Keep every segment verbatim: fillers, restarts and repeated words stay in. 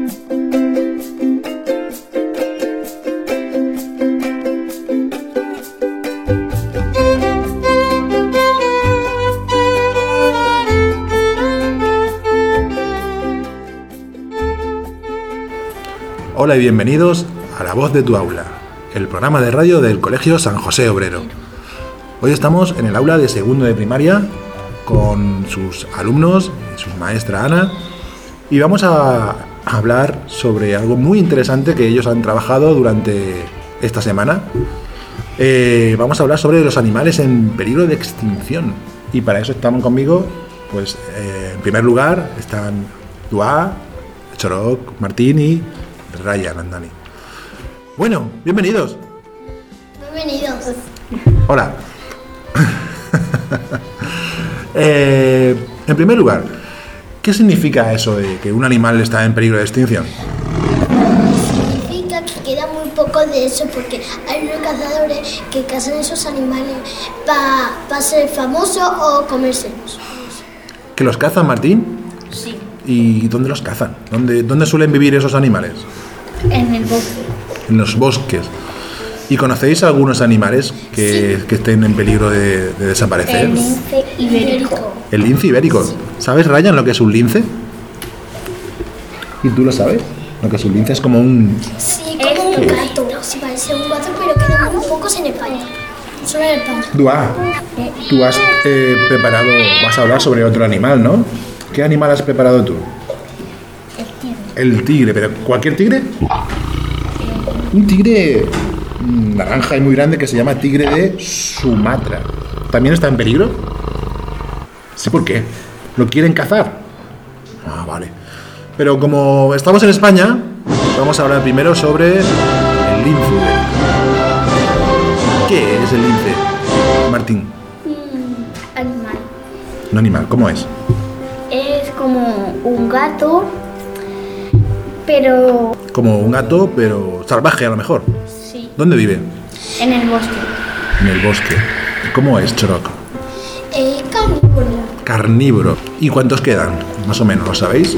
Hola y bienvenidos a La Voz de tu Aula, el programa de radio del Colegio San José Obrero. Hoy estamos en el aula de segundo de primaria con sus alumnos y su maestra Ana y vamos a hablar sobre algo muy interesante que ellos han trabajado durante esta semana. Eh, vamos a hablar sobre los animales en peligro de extinción y para eso están conmigo, pues eh, en primer lugar están Dua, Choroc, Martín y Ryan Andani. Bueno, bienvenidos. Bienvenidos. Hola. eh, en primer lugar, ¿qué significa eso de que un animal está en peligro de extinción? Significa que queda muy poco de eso porque hay unos cazadores que cazan esos animales para pa ser famosos o comérselos. ¿Que los cazan, Martín? Sí. ¿Y dónde los cazan? ¿Dónde, dónde suelen vivir esos animales? En el bosque. En los bosques. ¿Y conocéis algunos animales que, sí. que estén en peligro de, de desaparecer? El lince ibérico. ¿El lince ibérico? Sí. ¿Sabes, Ryan, lo que es un lince? ¿Y tú lo sabes? Lo que es un lince es como un... Sí, como un gato. Sí, parece un gato, pero quedan muy pocos en España. Solo en España. Dua, tú has eh, preparado, vas a hablar sobre otro animal, ¿no? ¿Qué animal has preparado tú? El tigre. El tigre, pero ¿cualquier tigre? Un tigre naranja y muy grande que se llama tigre de Sumatra. ¿También está en peligro? Sí, ¿por qué? ¿Lo quieren cazar? Ah, vale. Pero como estamos en España, vamos a hablar primero sobre el lince. ¿Qué es el lince, Martín? Mm, animal. Un animal, ¿cómo es? Es como un gato, pero... Como un gato, pero salvaje a lo mejor. Sí. ¿Dónde vive? En el bosque. En el bosque. ¿Cómo es, Choroc? Es carnívoro. Carnívoro. ¿Y cuántos quedan? Más o menos, ¿lo sabéis? No.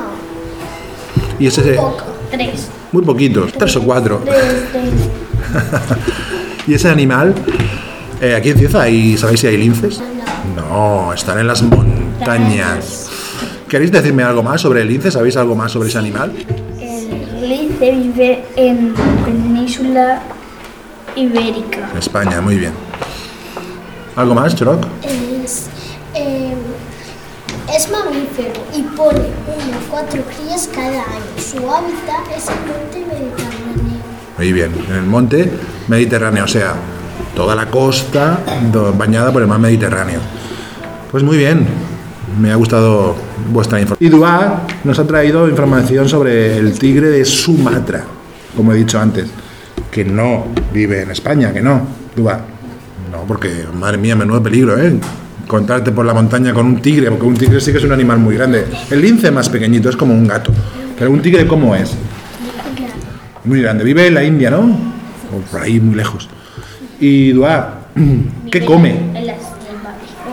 Y ese... Poco. Tres. Muy poquitos, tres o cuatro. Tres, tres. ¿Y ese animal? Eh, ¿Aquí en Cieza hay, sabéis si hay linces? No. No, están en las montañas. ¿Queréis decirme algo más sobre el lince? ¿Sabéis algo más sobre ese animal? El lince vive en la península ibérica. España, muy bien. ¿Algo más, Choroc? Es, eh, es mamífero y pone una o cuatro crías cada año. Su hábitat es el monte mediterráneo. Muy bien, en el monte Mediterráneo, o sea, toda la costa bañada por el mar Mediterráneo. Pues muy bien, me ha gustado vuestra información. Y Dua nos ha traído información sobre el tigre de Sumatra, como he dicho antes, que no vive en España, que no, Dua. No, porque, madre mía, menudo peligro, ¿eh? Encontrarte por la montaña con un tigre, porque un tigre sí que es un animal muy grande. El lince más pequeñito, es como un gato. Pero un tigre, ¿cómo es? Muy grande. Vive en la India, ¿no? O por ahí, muy lejos. Y Dua, ¿qué come? En las selvas.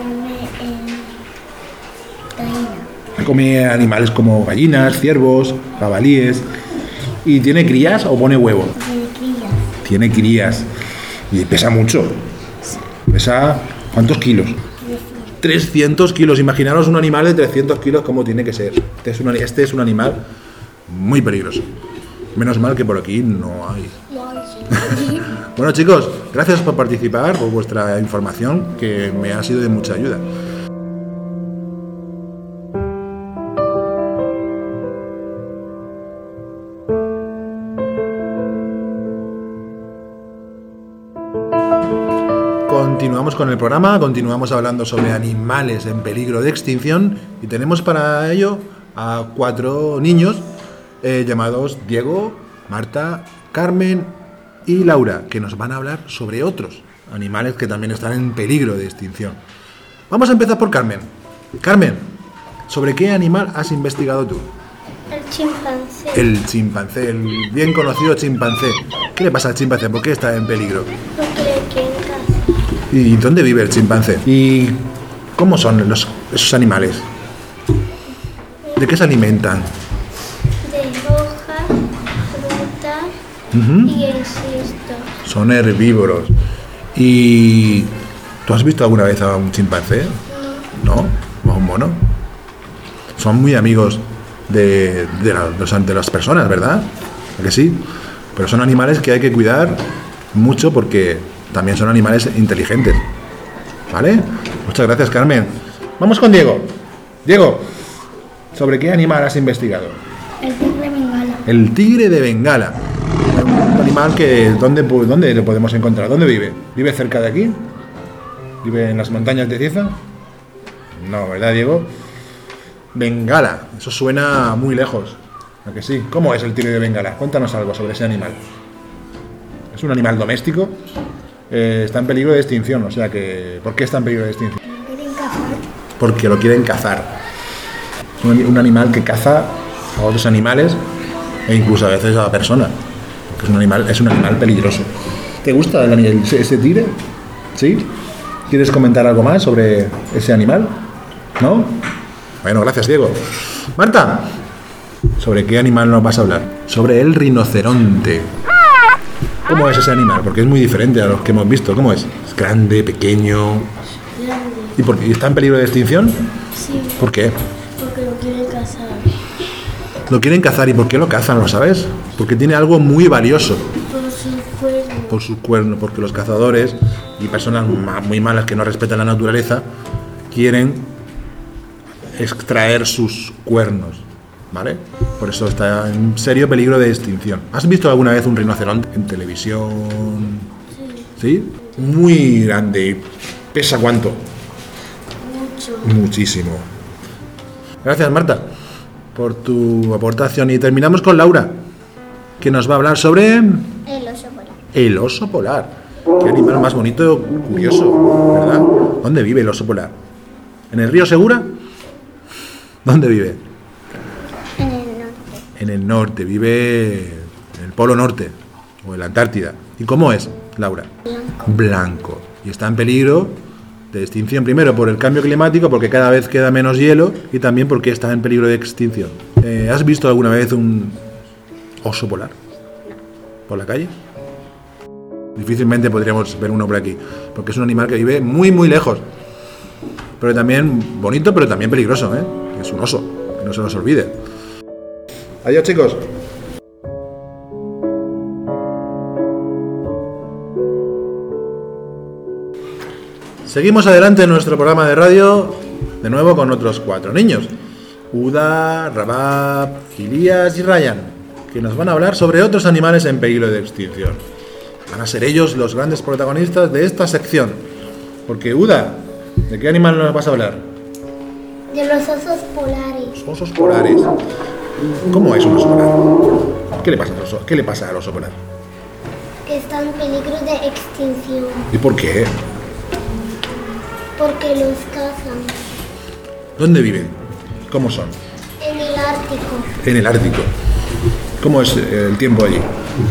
Come animales como gallinas, ciervos, jabalíes. ¿Y tiene crías o pone huevos? Tiene crías. Y pesa mucho. Pesa, ¿cuántos kilos? trescientos kilos. Imaginaros un animal de trescientos kilos, ¿cómo tiene que ser? Este es un, este es un animal muy peligroso. Menos mal que por aquí no hay. Bueno, chicos, gracias por participar, por vuestra información, que me ha sido de mucha ayuda. Continuamos con el programa, continuamos hablando sobre animales en peligro de extinción y tenemos para ello a cuatro niños eh, llamados Diego, Marta, Carmen y Laura, que nos van a hablar sobre otros animales que también están en peligro de extinción. Vamos a empezar por Carmen. Carmen, ¿sobre qué animal has investigado tú? El chimpancé. El chimpancé, el bien conocido chimpancé. ¿Qué le pasa al chimpancé? ¿Por qué está en peligro? Porque le quieren cazar. ¿Y dónde vive el chimpancé? ¿Y cómo son los, esos animales? ¿De qué se alimentan? De Ujú. y es esto. Son herbívoros. ¿Y tú has visto alguna vez a un chimpancé? ¿No? ¿O a un mono? Son muy amigos de, de, la- de las- de las personas, ¿verdad? ¿A que sí? Pero son animales que hay que cuidar mucho porque también son animales inteligentes. ¿Vale? Muchas gracias, Carmen. Vamos con Diego. Diego, ¿sobre qué animal has investigado? El tigre de Bengala. El tigre de Bengala. Un animal que... ¿Dónde, pu- dónde lo podemos encontrar? ¿Dónde vive? ¿Vive cerca de aquí? ¿Vive en las montañas de Cieza? No, ¿verdad, Diego? Bengala. Eso suena muy lejos. ¿A que sí? ¿Cómo es el tigre de Bengala? Cuéntanos algo sobre ese animal. Es un animal doméstico. Eh, está en peligro de extinción. O sea que... ¿Por qué está en peligro de extinción? Quieren cazar. Porque lo quieren cazar. Es un, un animal que caza a otros animales e incluso a veces a la persona. Porque es un animal, es un animal peligroso. ¿Te gusta el, ani- ese, ese tigre? ¿Sí? ¿Quieres comentar algo más sobre ese animal? ¿No? Bueno, gracias, Diego. Marta, ¿sobre qué animal nos vas a hablar? Sobre el rinoceronte. ¿Cómo es ese animal? Porque es muy diferente a los que hemos visto. ¿Cómo es? ¿Es grande, pequeño? Grande. ¿Y por qué? ¿Está en peligro de extinción? Sí, ¿Por qué? porque lo quieren cazar. Lo quieren cazar. ¿Y por qué lo cazan? ¿Lo sabes? Porque tiene algo muy valioso. Por su cuerno. Por su cuerno. Porque los cazadores y personas ma- muy malas que no respetan la naturaleza quieren extraer sus cuernos. ¿Vale? Por eso está en serio peligro de extinción. ¿Has visto alguna vez un rinoceronte en televisión? Sí, ¿Sí? Muy grande. ¿Pesa cuánto? mucho. Muchísimo. Gracias, Marta, por tu aportación. Y terminamos con Laura, que nos va a hablar sobre El oso polar. el oso polar. Qué animal más bonito, curioso, ¿verdad? ¿Dónde vive el oso polar? ¿En el río Segura? ¿Dónde vive? En el norte. En el norte, vive en el Polo Norte o en la Antártida. ¿Y cómo es, Laura? Blanco. Blanco. Y está en peligro de extinción, primero por el cambio climático, porque cada vez queda menos hielo, y también porque está en peligro de extinción. Eh, ¿Has visto alguna vez un oso polar por la calle? Difícilmente podríamos ver uno por aquí, porque es un animal que vive muy muy lejos, pero también bonito, pero también peligroso, ¿eh? Es un oso, que no se nos olvide. Adiós, chicos. Seguimos adelante en nuestro programa de radio, de nuevo con otros cuatro niños, Uda, Rabab, Elías y Ryan, que nos van a hablar sobre otros animales en peligro de extinción. Van a ser ellos los grandes protagonistas de esta sección. Porque, Uda, ¿de qué animal nos vas a hablar? De los osos polares. Osos polares. ¿Cómo es un oso polar? ¿Qué le pasa al oso, ¿Qué le pasa al oso polar? Que están en peligro de extinción. ¿Y por qué? Porque los cazan. ¿Dónde viven? ¿Cómo son? En el Ártico. En el Ártico. ¿Cómo es eh, el tiempo allí?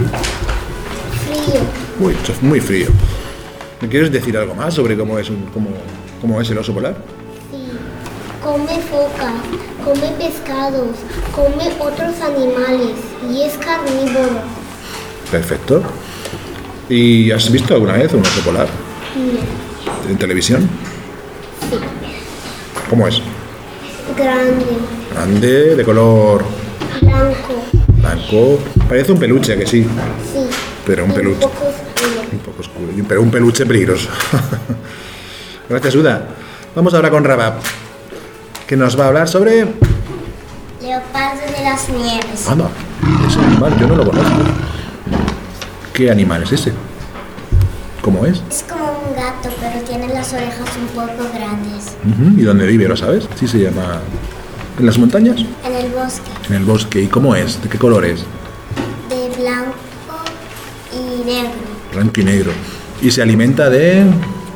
Frío. Muy, muy frío. ¿Me quieres decir algo más sobre cómo es, un, cómo, cómo es el oso polar? Sí. Come focas, come pescados, come otros animales y es carnívoro. Perfecto. ¿Y has visto alguna vez un oso polar No. en televisión? Sí. ¿Cómo es? Grande, Grande, de color blanco. blanco. Parece un peluche, ¿a que sí? Sí. Pero un Y peluche. Un poco oscuro. Un poco oscuro, y- pero un peluche peligroso. Gracias, Uda. Vamos ahora con Rabab, que nos va a hablar sobre... Leopardo de las nieves. Anda, ese animal yo no lo conozco. ¿Qué animal es ese? ¿Cómo es? Es como un gato, pero tiene las orejas un poco grandes. Ujú, ¿y dónde vive, lo sabes? Sí, se llama... ¿En las montañas? En el bosque, En el bosque. ¿Y cómo es? ¿De qué color es? de blanco y negro. Blanco y negro. Y se alimenta de...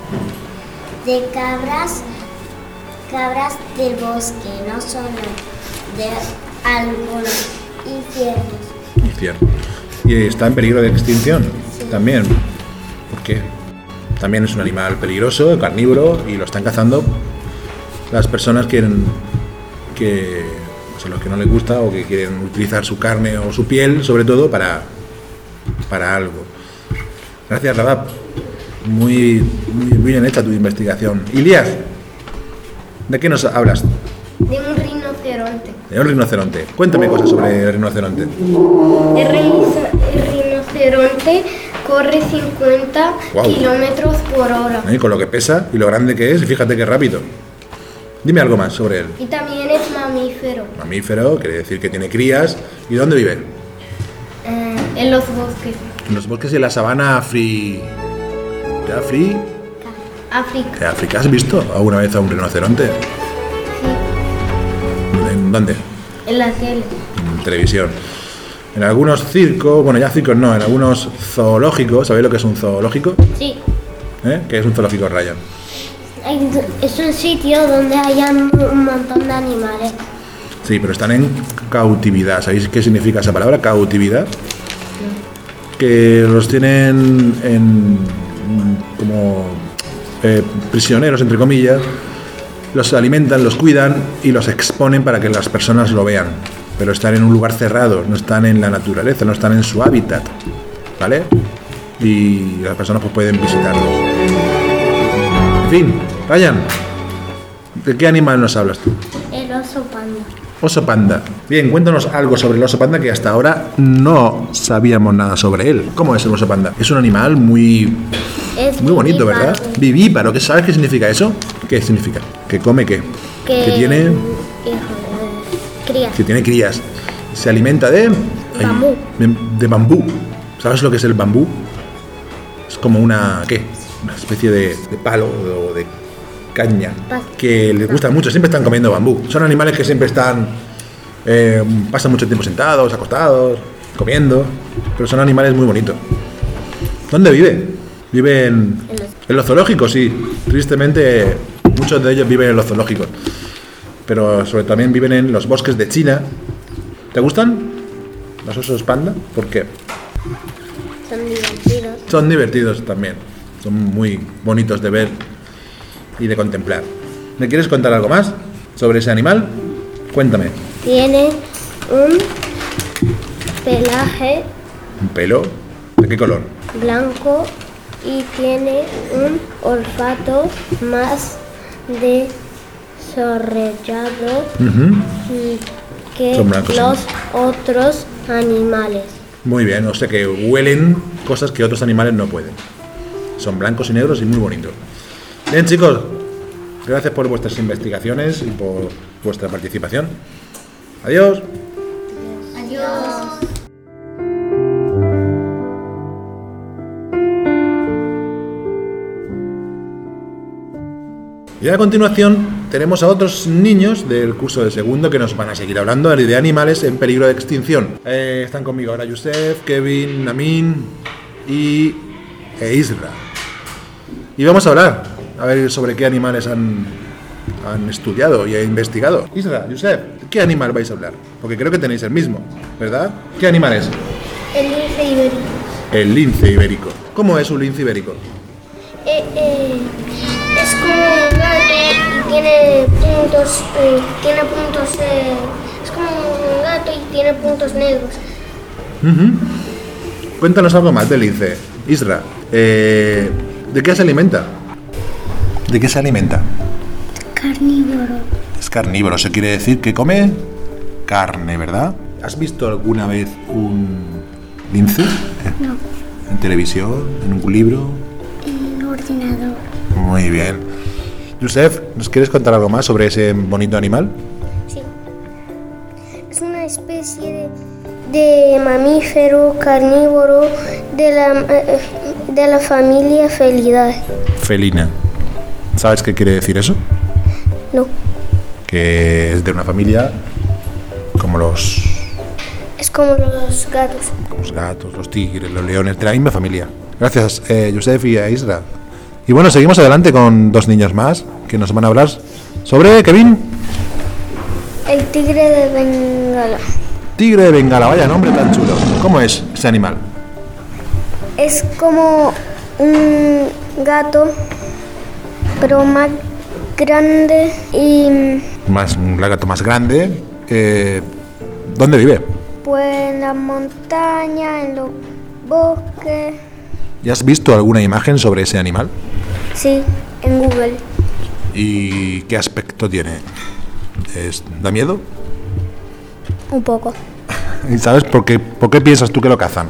De cabras, cabras del bosque, no solo de árboles y ciervos. Y cierto. Y está en peligro de extinción. También. ¿Por qué? También es un animal peligroso, carnívoro, y lo están cazando las personas quieren que, o sea, los que no les gusta o que quieren utilizar su carne o su piel, sobre todo, para, para algo. Gracias, Radab. Muy, muy bien hecha tu investigación. Ilías, ¿de qué nos hablas? De un rinoceronte. De un rinoceronte. Cuéntame cosas sobre el rinoceronte. El, rinoce- el rinoceronte corre cincuenta Guau. kilómetros por hora. ¿Eh? Con lo que pesa y lo grande que es, y fíjate qué rápido. Dime algo más sobre él. Y también es mamífero. Mamífero, quiere decir que tiene crías. ¿Y dónde vive? Eh, en los bosques. En los bosques de la sabana afri... ¿De Afri? África. ¿De África? ¿Has visto alguna vez a un rinoceronte? Sí. ¿En dónde? En la tele. En televisión. En algunos circos, bueno, ya circos no, en algunos zoológicos, ¿sabéis lo que es un zoológico? Sí. ¿Eh? ¿Qué es un zoológico, Ryan? Es un sitio donde hay un montón de animales. Sí, pero están en cautividad. ¿Sabéis qué significa esa palabra, cautividad? Que los tienen en como eh, prisioneros, entre comillas, los alimentan, los cuidan y los exponen para que las personas lo vean. Pero están en un lugar cerrado, no están en la naturaleza, no están en su hábitat, ¿vale? Y las personas pues pueden visitarlos. En fin, Ryan, ¿de qué animal nos hablas tú? El oso panda. Oso panda. Bien, cuéntanos algo sobre el oso panda, que hasta ahora no sabíamos nada sobre él. ¿Cómo es el oso panda? Es un animal muy, Es muy bonito, vivíparo. ¿verdad? Vivíparo. ¿Qué sabes qué significa eso? ¿Qué significa? ¿Que come qué? Que, Que tiene, hijo de crías. que tiene crías. Se alimenta de... Bambú. De, de bambú. ¿Sabes lo que es el bambú? Es como una... ¿qué? Una especie de, de palo o de caña que les gusta mucho. Siempre están comiendo bambú. Son animales que siempre están... Eh, pasan mucho tiempo sentados, acostados, comiendo. Pero son animales muy bonitos. ¿Dónde vive? Vive en, en los zoológicos, sí. Tristemente, muchos de ellos viven en los zoológicos. Pero sobre todo también viven en los bosques de China. ¿Te gustan los osos panda? ¿Por qué? Son divertidos. Son divertidos también. Son muy bonitos de ver y de contemplar. ¿Me quieres contar algo más sobre ese animal? Cuéntame. Tiene un pelaje ¿Un pelo? ¿De qué color? blanco y tiene un olfato más desarrollado Ujú. que Son blancos, los otros animales. Muy bien, o sea que huelen cosas que otros animales no pueden. Son blancos y negros y muy bonitos. Bien, chicos, gracias por vuestras investigaciones y por vuestra participación. Adiós. Adiós. Y a continuación tenemos a otros niños del curso de segundo que nos van a seguir hablando de animales en peligro de extinción. Eh, están conmigo ahora Yusef, Kevin, Namin y e Isra. Y vamos a hablar, a ver sobre qué animales han, han estudiado y investigado. Isra, Yusef, ¿qué animal vais a hablar? Porque creo que tenéis el mismo, ¿verdad? ¿Qué animal es? El lince ibérico. El lince ibérico. ¿Cómo es un lince ibérico? Eh, eh, es como un gato y tiene puntos, eh, tiene puntos, eh, es como un gato y tiene puntos negros. Uh-huh. Cuéntanos algo más del lince. Isra, eh, ¿de qué se alimenta? ¿De qué se alimenta? Carnívoro. Es carnívoro, eso quiere decir que come carne, ¿verdad? ¿Has visto alguna vez un lince? No. ¿En televisión? ¿En un libro? En ordenador. Muy bien. Yusef, ¿nos quieres contar algo más sobre ese bonito animal? Sí. Es una especie de, de mamífero carnívoro de la, eh, de la familia Felidae. Felina. ¿Sabes qué quiere decir eso? No. Que es de una familia como los, Es como los gatos. como los gatos, los tigres, los leones, de la misma familia. Gracias, eh, Yusef y a Isra. Y bueno, seguimos adelante con dos niños más que nos van a hablar sobre, Kevin, El tigre de Bengala. tigre de Bengala. Vaya nombre tan chulo. ¿Cómo es ese animal? Es como un gato, pero más grande y Más, un gato más grande. Eh, ¿Dónde vive? pues en la montaña, en los bosque. ¿Ya has visto alguna imagen sobre ese animal? Sí, en Google. ¿Y qué aspecto tiene? ¿Es, ¿Da miedo? Un poco. ¿Y sabes por qué, por qué piensas tú que lo cazan?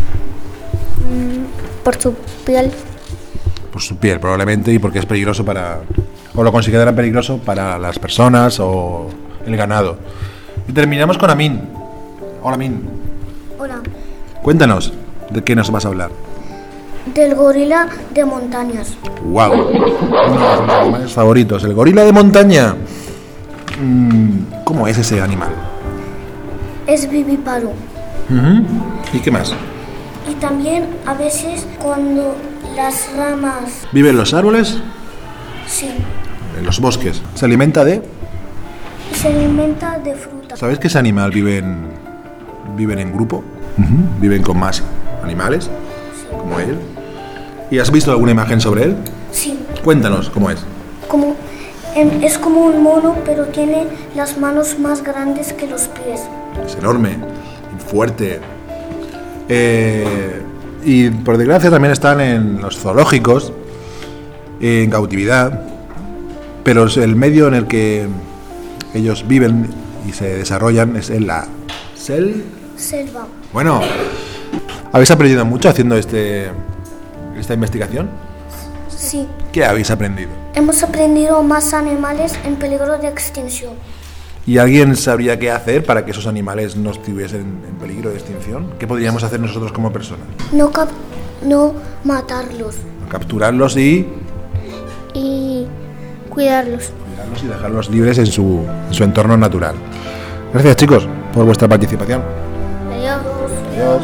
Mm, por su piel. Por su piel, probablemente, y porque es peligroso para... o lo consideran peligroso para las personas o el ganado. Y terminamos con Amin. Hola, Amin. Hola. Cuéntanos, ¿de qué nos vas a hablar? Del gorila de montañas. ¡Wow! Uno de mis animales favoritos, el gorila de montaña. Mm, ¿Cómo es ese animal? Es vivíparo. Uh-huh. ¿Y qué más? Y también a veces cuando las ramas... ¿Vive en los árboles? Sí. En los bosques. ¿Se alimenta de...? Se alimenta de fruta. ¿Sabes que ese animal vive en, viven en grupo? Uh-huh. Viven con más animales, Sí. como él. ¿Y has visto alguna imagen sobre él? Sí. Cuéntanos, ¿cómo es? Como, em, es como un mono, pero tiene las manos más grandes que los pies. Es enorme, fuerte. Eh, y por desgracia también están en los zoológicos, en cautividad, pero el medio en el que ellos viven y se desarrollan es en la sel... Selva. Bueno, ¿habéis aprendido mucho haciendo este esta investigación? Sí. ¿Qué habéis aprendido? Hemos aprendido más animales en peligro de extinción. ¿Y alguien sabría qué hacer para que esos animales no estuviesen en peligro de extinción? ¿Qué podríamos hacer nosotros como personas? No, cap no matarlos. Capturarlos y... Y cuidarlos. cuidarlos y dejarlos libres en su, en su entorno natural. Gracias, chicos, por vuestra participación. Adiós. Adiós.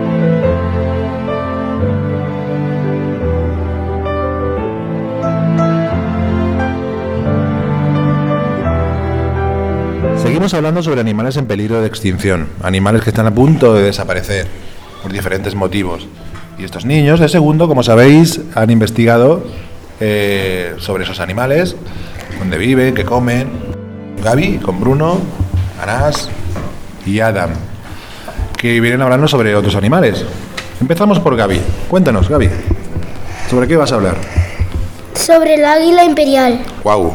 Seguimos hablando sobre animales en peligro de extinción, animales que están a punto de desaparecer por diferentes motivos. Y estos niños de segundo, como sabéis, han investigado eh, sobre esos animales, dónde viven, qué comen. Gaby con Bruno, Anas y Adam, que vienen hablando sobre otros animales. Empezamos por Gaby. Cuéntanos, Gaby, ¿sobre qué vas a hablar? Sobre el águila imperial. Guau.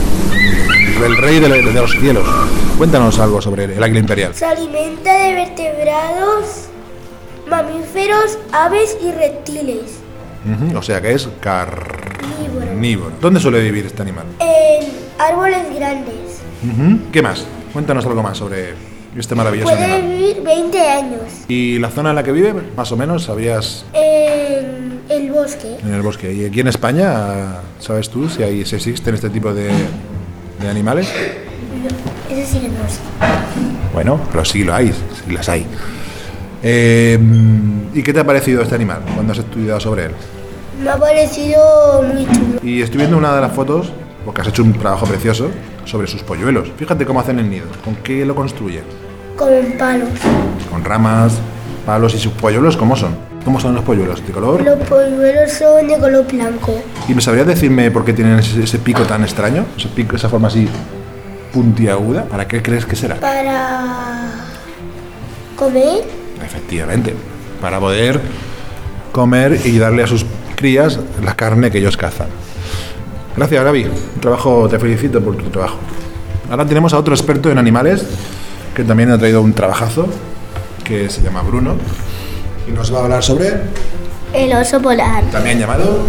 El rey de, de los cielos. Cuéntanos algo sobre el águila imperial. Se alimenta de vertebrados, mamíferos, aves y reptiles. Uh-huh, o sea que es carnívoro. Carnívoro. ¿Dónde suele vivir este animal? En árboles grandes. Uh-huh. ¿Qué más? Cuéntanos algo más sobre este maravilloso Puede animal. vivir veinte años. ¿Y la zona en la que vive, más o menos, sabías? En el bosque. En el bosque. ¿Y aquí en España, sabes tú si, hay, si existen este tipo de, de animales? No, eso sí que no sé. Bueno, pero sí lo hay, sí las hay. Eh, ¿Y qué te ha parecido este animal cuando has estudiado sobre él? Me ha parecido muy chulo. Y estoy viendo una de las fotos, porque has hecho un trabajo precioso, sobre sus polluelos. Fíjate cómo hacen el nido, con qué lo construyen. Con palos. Con ramas, palos. ¿Y sus polluelos cómo son? ¿Cómo son los polluelos? ¿De color? Los polluelos son de color blanco. ¿Y me sabrías decirme por qué tienen ese, ese pico tan extraño? Ese pico, esa forma así puntiaguda. ¿Para qué crees que será? Para comer. Efectivamente, para poder comer y darle a sus crías la carne que ellos cazan. Gracias, Gaby. Un trabajo, te felicito por tu trabajo. Ahora tenemos a otro experto en animales que también ha traído un trabajazo, que se llama Bruno, y nos va a hablar sobre, El oso polar. también llamado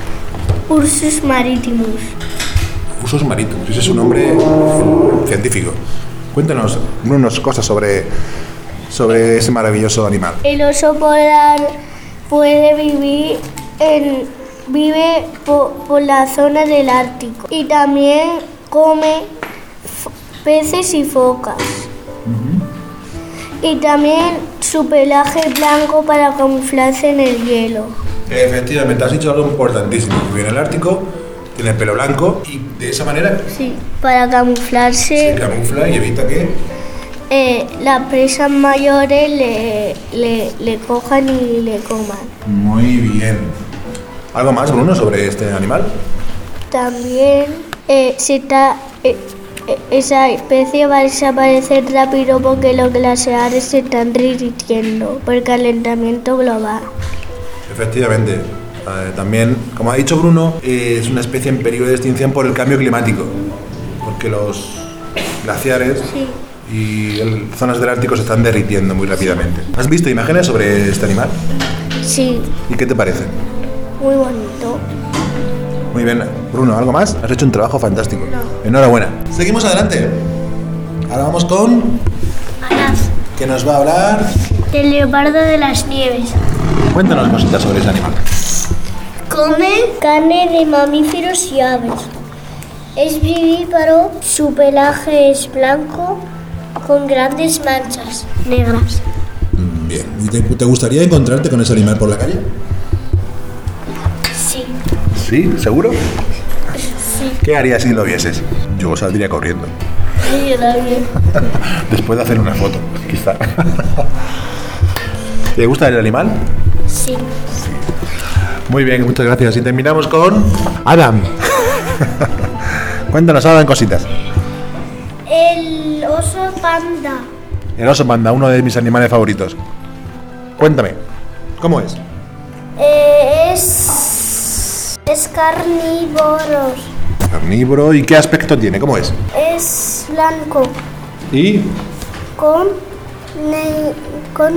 Ursus maritimus. Ursus maritimus. Ese es su nombre científico. Cuéntanos, Bruno, cosas sobre, sobre ese maravilloso animal. El oso polar puede vivir en vive po, por la zona del Ártico y también come f- peces y focas. Uh-huh. Y también su pelaje es blanco para camuflarse en el hielo. Efectivamente, has dicho algo importantísimo. Vive en el Ártico, tiene el pelo blanco y de esa manera Sí, para camuflarse. se camufla y evita que... Eh, las presas mayores le, le, le cojan y le coman. Muy bien. ¿Algo más, Bruno, sobre este animal? También eh, se está, eh, esa especie va a desaparecer rápido porque los glaciares se están derritiendo por el calentamiento global. Efectivamente. Eh, también, como ha dicho Bruno, eh, es una especie en peligro de extinción por el cambio climático, porque los glaciares Sí. y el- zonas del Ártico se están derritiendo muy rápidamente. ¿Has visto imágenes sobre este animal? Sí, ¿Y qué te parece? muy bonito. Muy bien, Bruno, ¿algo más? Has hecho un trabajo fantástico. Enhorabuena. Seguimos adelante. Ahora vamos con... que nos va a hablar... El leopardo de las nieves. Cuéntanos cositas sobre ese animal. Come carne de mamíferos y aves. Es vivíparo, su pelaje es blanco con grandes manchas negras. Mm, Bien. ¿Y te, te gustaría encontrarte con ese animal por la calle? Sí. Sí, ¿seguro? Sí. ¿Qué harías si lo vieses? Yo saldría corriendo. Yo también. Después de hacer una foto, quizá. ¿Te gusta el animal? Sí. Muy bien, muchas gracias. Y terminamos con... Adam. Cuéntanos, Adam, cositas. El oso panda. El oso panda, uno de mis animales favoritos. Cuéntame, ¿cómo es? Eh, es, es carnívoro. Carnívoro. ¿Y qué aspecto tiene? ¿Cómo es? Es blanco Y... con, ne- con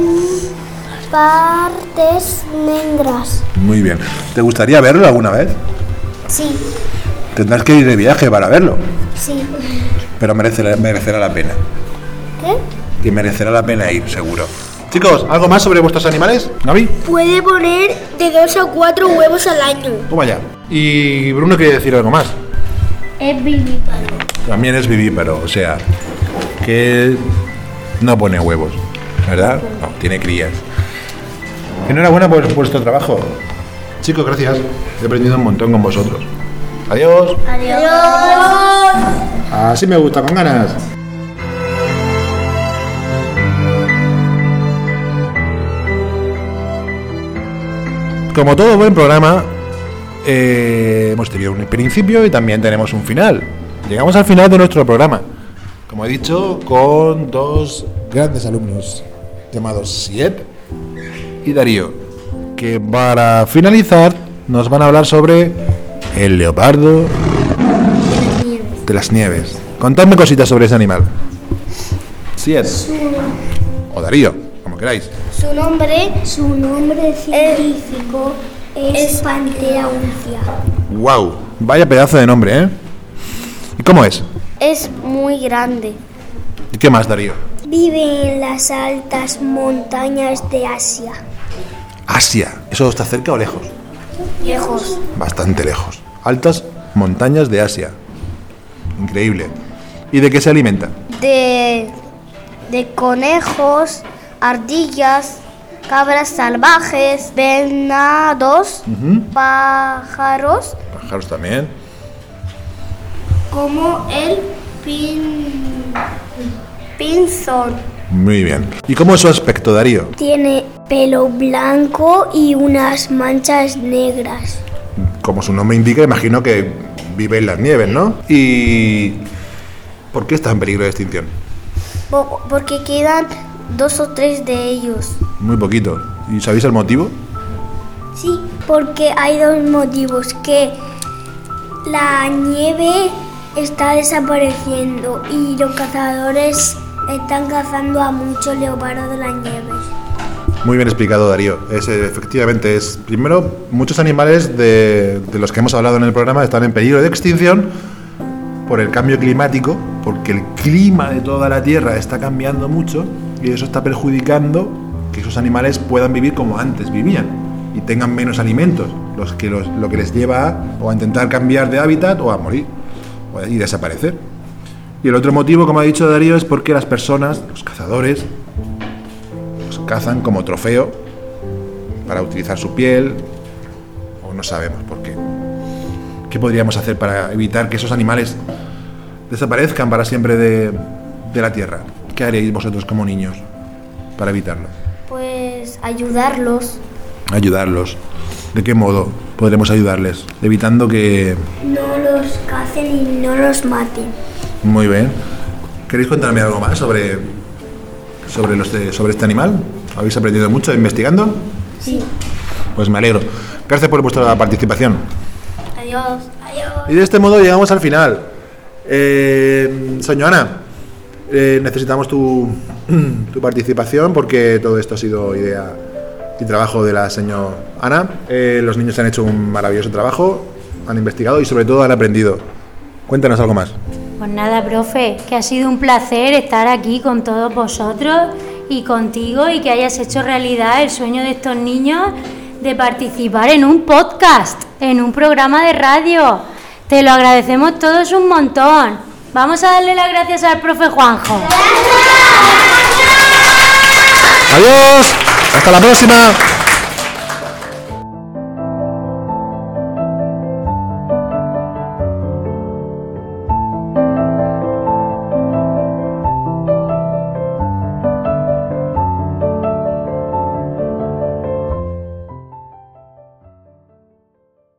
partes negras. Muy bien. ¿Te gustaría verlo alguna vez? Sí, Tendrás que ir de viaje para verlo. sí. Pero merecerá, merecerá la pena. ¿Qué? Que merecerá la pena ir, seguro. Chicos, ¿algo más sobre vuestros animales? ¿Gaby? Puede poner de dos a cuatro huevos al año. Toma ya. Y Bruno quiere decir algo más. Es vivíparo. También es vivíparo, o sea, que no pone huevos, ¿verdad? No, tiene crías. Enhorabuena por vuestro trabajo. Chicos, gracias. He aprendido un montón con vosotros. Adiós. Adiós. Así me gusta, con ganas. Como todo buen programa, eh, hemos tenido un principio y también tenemos un final. Llegamos al final de nuestro programa. Como he dicho, con dos grandes alumnos llamados Siet y Darío, que para finalizar nos van a hablar sobre el leopardo de las nieves. Contadme cositas sobre ese animal. Siet o Darío, como queráis. Su nombre Su nombre científico es, es Panthera uncia. Wow, vaya pedazo de nombre, ¿eh? ¿Y cómo es? es muy grande. ¿Y qué más, Darío? Vive en las altas montañas de Asia. Asia. ¿Eso está cerca o lejos? Lejos. Bastante lejos. Altas montañas de Asia. Increíble. ¿Y de qué se alimenta? De, de conejos, ardillas, cabras salvajes, venados, Ujú. pájaros, Pájaros también. como el pin, pinzón. Muy bien. ¿Y cómo es su aspecto, Darío? Tiene pelo blanco y unas manchas negras. Como su nombre indica, imagino que vive en las nieves, ¿no? ¿Y por qué está en peligro de extinción? Po- Porque quedan dos o tres de ellos. Muy poquito. ¿Y sabéis el motivo? Sí, porque hay dos motivos, que la nieve está desapareciendo y los cazadores están cazando a muchos leopardos de las nieves. Muy bien explicado, Darío. Es, eh, efectivamente, es primero, muchos animales de, de los que hemos hablado en el programa están en peligro de extinción por el cambio climático, porque el clima de toda la Tierra está cambiando mucho y eso está perjudicando que esos animales puedan vivir como antes vivían y tengan menos alimentos, los que los, lo que les lleva a, o a intentar cambiar de hábitat o a morir o a- y desaparecer. Y el otro motivo, como ha dicho Darío, es porque las personas, los cazadores, los cazan como trofeo para utilizar su piel, o no sabemos por qué. ¿Qué podríamos hacer para evitar que esos animales desaparezcan para siempre de, de la Tierra? ¿Qué haríais vosotros como niños para evitarlo? Pues ayudarlos. Ayudarlos. ¿De qué modo podremos ayudarles? Evitando que... No los cacen y no los maten. Muy bien. ¿Queréis contarme algo más sobre, sobre, los de, sobre este animal? ¿Habéis aprendido mucho investigando? Sí. Pues me alegro. Gracias por vuestra participación. Adiós. Adiós. Y de este modo llegamos al final. Eh, señora Ana, eh, necesitamos tu, tu participación porque todo esto ha sido idea y trabajo de la señora Ana. Eh, los niños han hecho un maravilloso trabajo, han investigado y sobre todo han aprendido. Cuéntanos algo más. Pues nada, profe, que ha sido un placer estar aquí con todos vosotros y contigo y que hayas hecho realidad el sueño de estos niños de participar en un podcast, en un programa de radio. Te lo agradecemos todos un montón. Vamos a darle las gracias al profe Juanjo. Adiós, hasta la próxima.